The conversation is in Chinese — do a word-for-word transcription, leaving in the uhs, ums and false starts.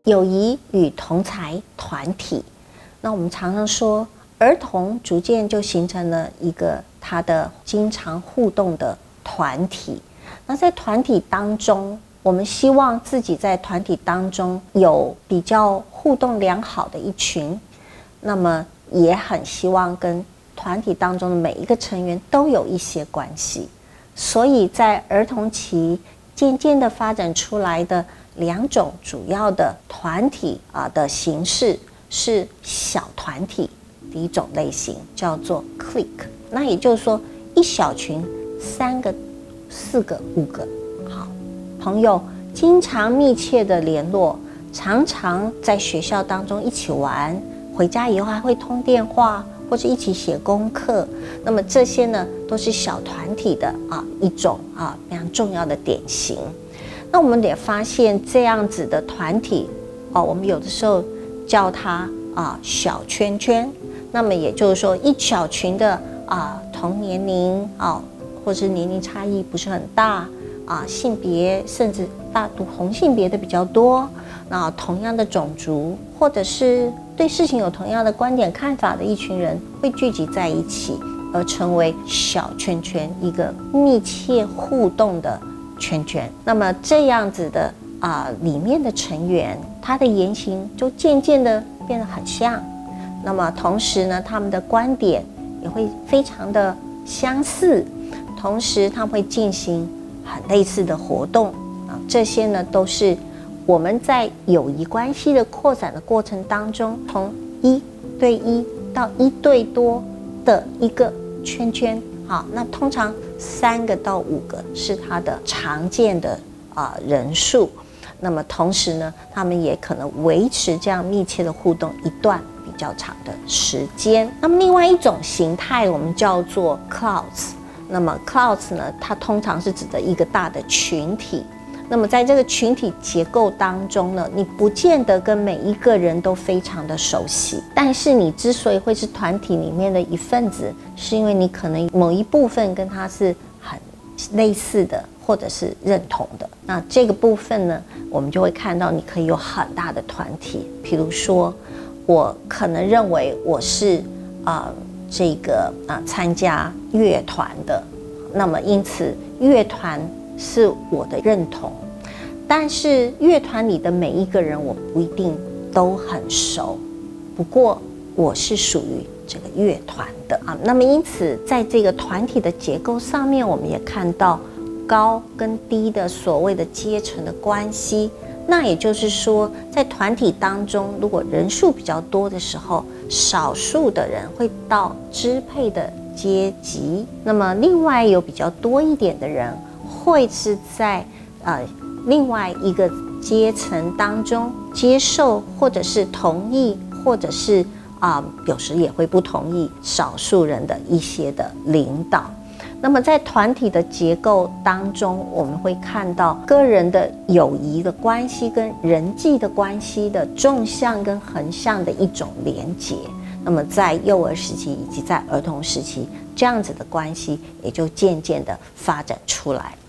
友谊与同才团体。那我们常常说，儿童逐渐就形成了一个他的经常互动的团体。那在团体当中，我们希望自己在团体当中有比较互动良好的一群，那么也很希望跟团体当中的每一个成员都有一些关系。所以在儿童期渐渐的发展出来的两种主要的团体啊的形式是小团体，第一种类型叫做 clique， 那也就是说一小群三个、四个、五个好朋友，经常密切的联络，常常在学校当中一起玩，回家以后还会通电话或者一起写功课。那么这些呢，都是小团体的啊一种啊非常重要的典型。那我们也发现这样子的团体哦，我们有的时候叫它啊小圈圈。那么也就是说，一小群的啊同年龄啊，或者是年龄差异不是很大啊，性别甚至大同性别的比较多，那同样的种族或者是对事情有同样的观点看法的一群人会聚集在一起，而成为小圈圈，一个密切互动的圈圈。那么这样子的啊、呃，里面的成员，他的言行就渐渐的变得很像。那么同时呢，他们的观点也会非常的相似，同时他们会进行很类似的活动啊，这些呢都是我们在友谊关系的扩展的过程当中，从一对一到一对多的一个圈圈。好，那通常三个到五个是它的常见的啊、呃、人数。那么同时呢，他们也可能维持这样密切的互动一段比较长的时间。那么另外一种形态我们叫做 clouds。那么 clouds 呢，它通常是指的一个大的群体。那么在这个群体结构当中呢，你不见得跟每一个人都非常的熟悉，但是你之所以会是团体里面的一份子，是因为你可能某一部分跟他是很类似的，或者是认同的。那这个部分呢，我们就会看到你可以有很大的团体。比如说，我可能认为我是啊、呃、这个啊、呃、参加乐团的，那么因此乐团是我的认同，但是乐团里的每一个人我不一定都很熟，不过我是属于这个乐团的啊。那么因此在这个团体的结构上面，我们也看到高跟低的所谓的阶层的关系。那也就是说，在团体当中，如果人数比较多的时候，少数的人会到支配的阶级，那么另外有比较多一点的人会是在呃另外一个阶层当中接受或者是同意，或者是啊、呃、有时也会不同意少数人的一些的领导。那么在团体的结构当中，我们会看到个人的友谊的关系跟人际的关系的纵向跟横向的一种连结。那么在幼儿时期以及在儿童时期，这样子的关系也就渐渐的发展出来。